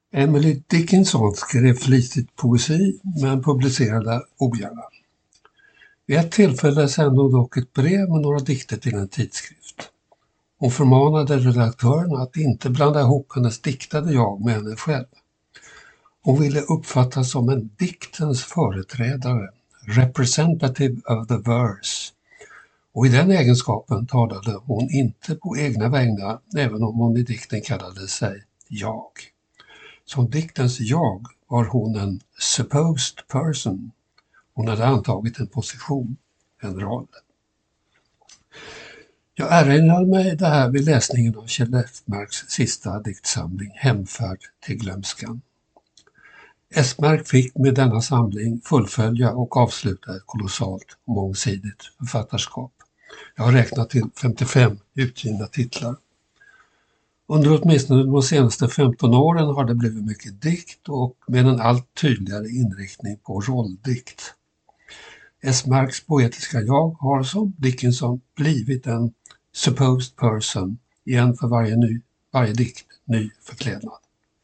Emily Dickinson skrev flitigt poesi men publicerade ogärna. Vid ett tillfälle sände hon dock ett brev med några dikter till en tidskrift. Hon förmanade redaktören att inte blanda ihop hennes diktade jag med henne själv. Hon ville uppfattas som en diktens företrädare, representative of the verse. Och i den egenskapen talade hon inte på egna vägnar, även om hon i dikten kallade sig jag. Som diktens jag var hon en supposed person. Hon hade antagit en position, en roll. Jag erinrar mig det här vid läsningen av Kjell Esmarks sista diktsamling Hemfärd till glömskan. Esmark fick med denna samling fullfölja och avsluta ett kolossalt mångsidigt författarskap. Jag har räknat till 55 utgivna titlar. Under åtminstone de senaste 15 åren har det blivit mycket dikt och med en allt tydligare inriktning på rolldikt. Esmarks poetiska jag har som Dickinson blivit en supposed person i en för varje dikt ny förklädnad.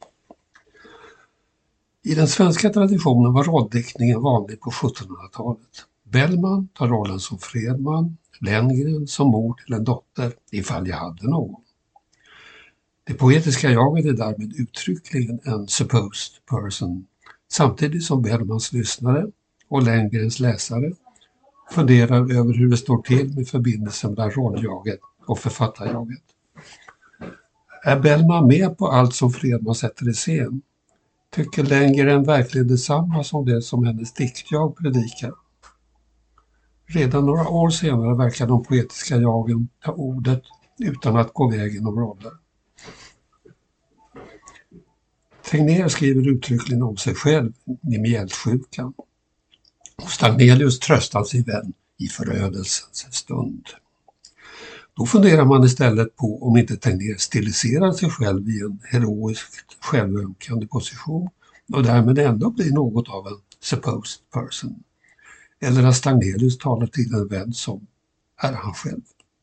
I den svenska traditionen var rolldiktningen vanlig på 1700-talet. Bellman tar rollen som Fredman, Lenngren som mor till en dotter, ifall jag hade någon. Det poetiska jaget är därmed uttryckligen en supposed person, samtidigt som Bellmans lyssnare och Lenngrens läsare funderar över hur det står till med förbindelsen mellan rolljaget och författarjaget. Är Bellman med på allt som Fredman sätter i scen? Tycker Lenngren verkligen detsamma som det som hennes diktjag predikar? Redan några år senare verkar de poetiska jagen ta ordet utan att gå vägen om roller. Tegnér skriver uttryckligen om sig själv i mjältsjukan. Hos Stagnelius tröstar sin vän i förödelsens stund. Då funderar man istället på om inte Tegnér stiliserar sig själv i en heroiskt självömkande position och därmed ändå blir något av en supposed person. Eller att Stagnelius talar till en vän som är han själv.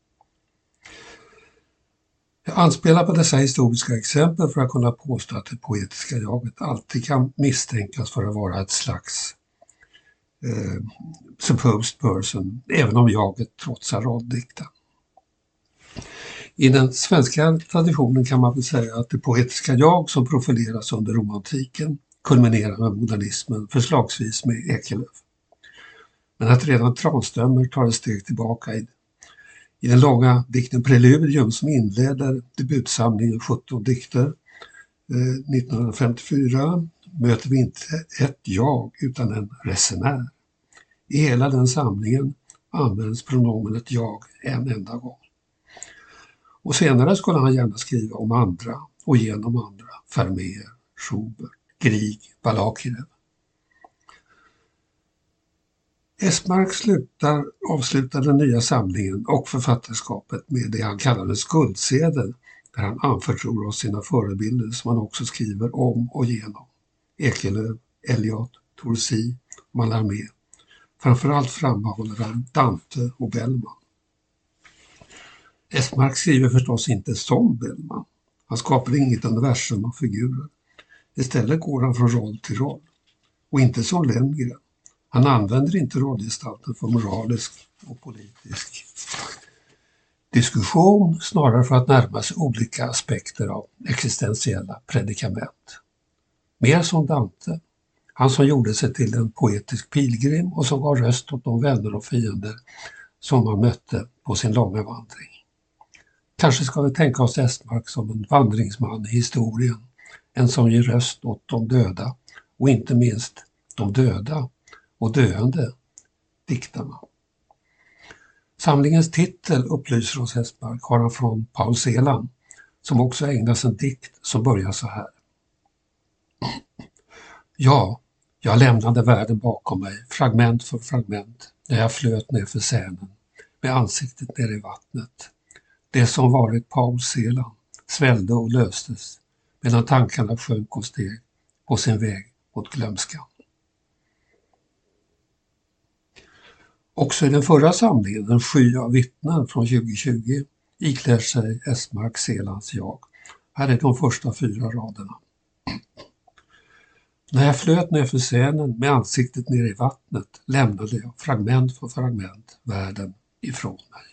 Jag anspelar på dessa historiska exempel för att kunna påstå att det poetiska jaget alltid kan misstänkas för att vara ett slags supposed person, även om jaget trotsar rolldikten. I den svenska traditionen kan man väl säga att det poetiska jag som profileras under romantiken kulminerar med modernismen, förslagsvis med Ekelöf. Men att redan Tranströmer tar ett steg tillbaka i den långa dikten Preludium som inleder debutsamlingen 17 dikter 1954 möter vi inte ett jag utan en resenär. I hela den samlingen används pronomenet jag en enda gång. Och senare skulle han gärna skriva om andra och genom andra, Vermeer, Schubert, Grieg, Balakirev. Esmark avslutar den nya samlingen och författarskapet med det han kallade skuldsedel, där han anförtror oss sina förebilder som han också skriver om och genom. Ekelöf, Eliot, Torsi, Mallarmé. Framförallt framhåller han Dante och Bellman. Esmark skriver förstås inte som Bellman. Han skapar inget universum av figurer. Istället går han från roll till roll. Och inte som Lenngren. Han använder inte rollgestalten för moralisk och politisk diskussion, snarare för att närma sig olika aspekter av existentiella predikament. Mer som Dante, han som gjorde sig till en poetisk pilgrim och som gav röst åt de vänner och fiender som han mötte på sin långa vandring. Kanske ska vi tänka oss Esmark som en vandringsman i historien, en som ger röst åt de döda och inte minst de döda och döende diktarna. Samlingens titel upplyser oss Esmark har han från Paul Celan, som också ägnas en dikt som börjar så här. Ja, jag lämnade världen bakom mig, fragment för fragment, när jag flöt ner för Sänen, med ansiktet ner i vattnet. Det som varit Paul Celan svällde och löstes, medan tankarna sjönk och steg på sin väg mot glömskan. Också i den förra samlingen, En sky av vittnen från 2020, iklär sig Esmark Celans jag. Här är de första 4 raderna. När jag flöt ner för Sälen med ansiktet ner i vattnet lämnade jag fragment för fragment världen ifrån mig.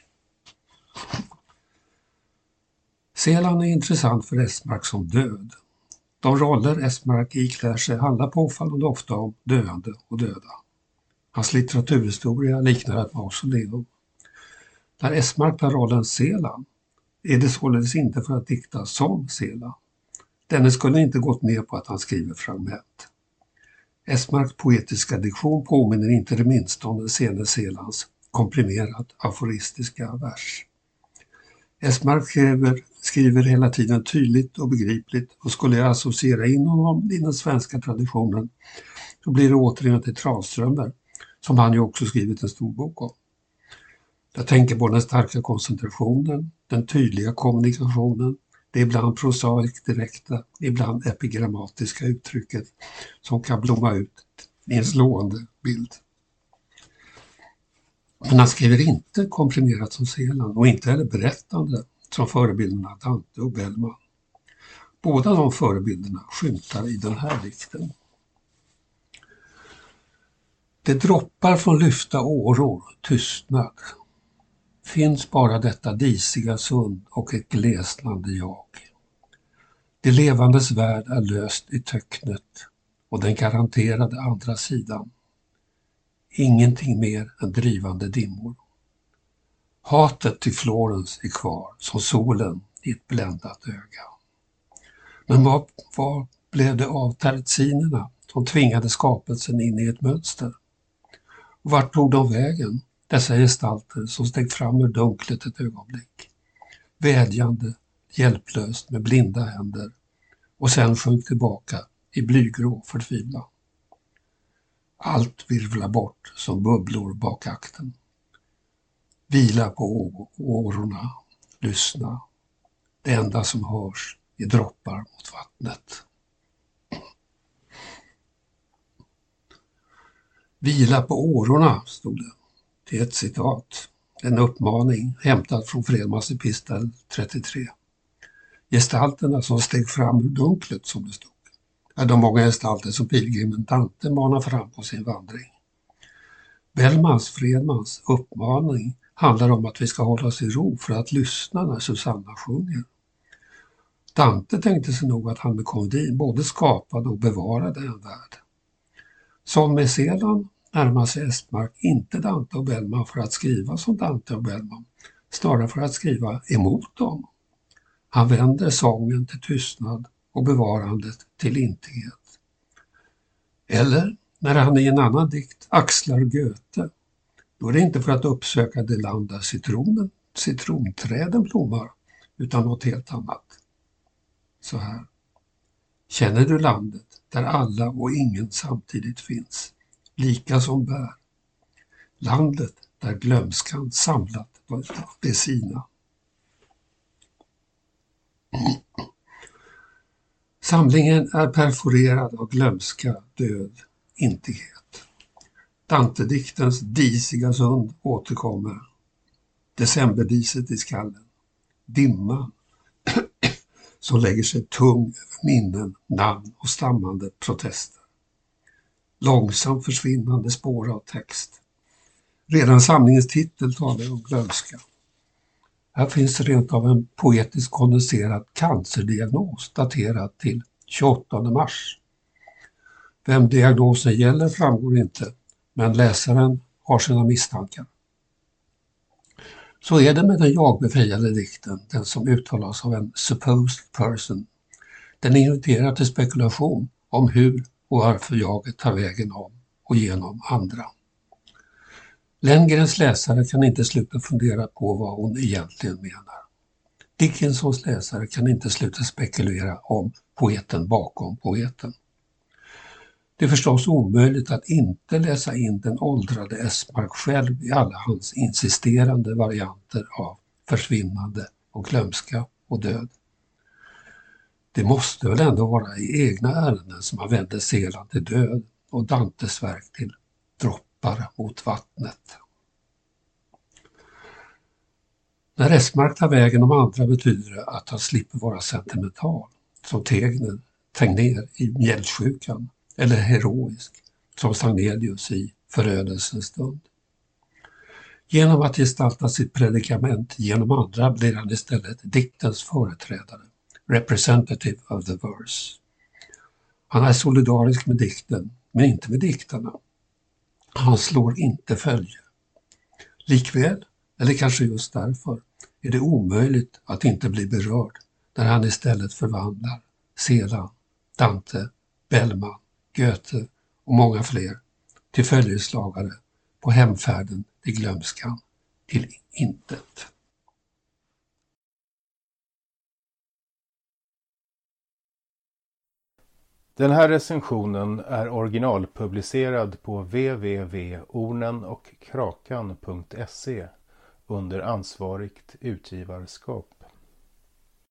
Selan är intressant för Esmark som död. De roller Esmark iklär sig handlar påfallande ofta om döende och döda. Hans litteraturhistoria liknar ett mausoleum. När Esmark tar rollen Selan är det således inte för att dikta som Selan. Denne skulle inte gått med på att han skriver fragment. Esmarks poetiska diktion påminner inte det minsta om den sene Selans komprimerat aforistiska vers. Esmark skriver hela tiden tydligt och begripligt, och skulle jag associera in honom i den svenska traditionen så blir det återigen till Tranströmer, som han ju också skrivit en stor bok om. Jag tänker på den starka koncentrationen, den tydliga kommunikationen, det ibland prosaikt direkta, ibland epigrammatiska uttrycket som kan blomma ut i en slående bild. Men han skriver inte komprimerat som Selan och inte heller berättande som förebilderna Dante och Bellman. Båda de förebilderna skymtar i den här dikten. Det droppar från lyfta åror, tystnad. Finns bara detta disiga sund och ett glesnande jag. Det levandes värld är löst i töcknet och den garanterade andra sidan. Ingenting mer än drivande dimmor. Hatet till Florens är kvar som solen i ett bländat öga. Men vad blev det av terzinerna som tvingade skapelsen in i ett mönster? Och vart tog de vägen, dessa gestalter som steg fram ur dunklet ett ögonblick? Vädjande, hjälplöst med blinda händer och sen sjönk tillbaka i blygrå förtvivlan. Allt virvlar bort som bubblor bak akten. Vila på årorna, lyssna. Det enda som hörs är droppar mot vattnet. Vila på årorna, stod det. Det är ett citat, en uppmaning hämtad från Fredmans epistel 33. Gestalterna som steg fram ur dunklet, som det stod, är de många gestalter som pilgrimen Dante manar fram på sin vandring. Fredmans uppmaning handlar om att vi ska hålla oss i ro för att lyssna när Susanna sjunger. Dante tänkte sig nog att han med komedin både skapade och bevarade en värld. Som med Selan närmar sig Esmark inte Dante och Bellman för att skriva som Dante och Bellman, snarare för att skriva emot dem. Han vänder sången till tystnad och bevarandet till intighet. Eller när han i en annan dikt axlar Goethe, då är det inte för att uppsöka det land där citronträden blommar, utan något helt annat. Så här. Känner du landet där alla och ingen samtidigt finns, lika som bär? Landet där glömskan samlat det sina. Samlingen är perforerad av glömska, död, intighet. Dante-diktens disiga sund återkommer. Decemberdiset i skallen. Dimman som lägger sig tung över minnen, namn och stammande protester. Långsamt försvinnande spår av text. Redan samlingens titel talar om glömska. Här finns rent av en poetiskt kondenserad cancerdiagnos daterad till 28 mars. Vem diagnosen gäller framgår inte, men läsaren har sina misstankar. Så är det med den jagbefriade dikten, den som uttalas av en supposed person. Den inviterar till spekulation om hur och varför jaget tar vägen om och genom andra. Lengrens läsare kan inte sluta fundera på vad hon egentligen menar. Dickinsons läsare kan inte sluta spekulera om poeten bakom poeten. Det är förstås omöjligt att inte läsa in den åldrade Esmark själv i alla hans insisterande varianter av försvinnande och glömska och död. Det måste väl ändå vara i egna ärenden som han vänder Selan till död och Dantes verk till droppar mot vattnet. När Esmark tar vägen om andra betyder det att han slipper vara sentimental, som Tegnér i Mjällsjukan, eller heroisk som Sagnelius i Förödelsens stund. Genom att gestalta sitt predikament genom andra blir han istället diktens företrädare, representative of the verse. Han är solidarisk med dikten, men inte med diktarna. Han slår inte följe. Likväl, eller kanske just därför, är det omöjligt att inte bli berörd när han istället förvandlar Celan, Dante, Bellman, Goethe och många fler till följeslagare på hemfärden till glömskan, till intet. Den här recensionen är originalpublicerad på www.ornenochkrakan.se under ansvarigt utgivarskap.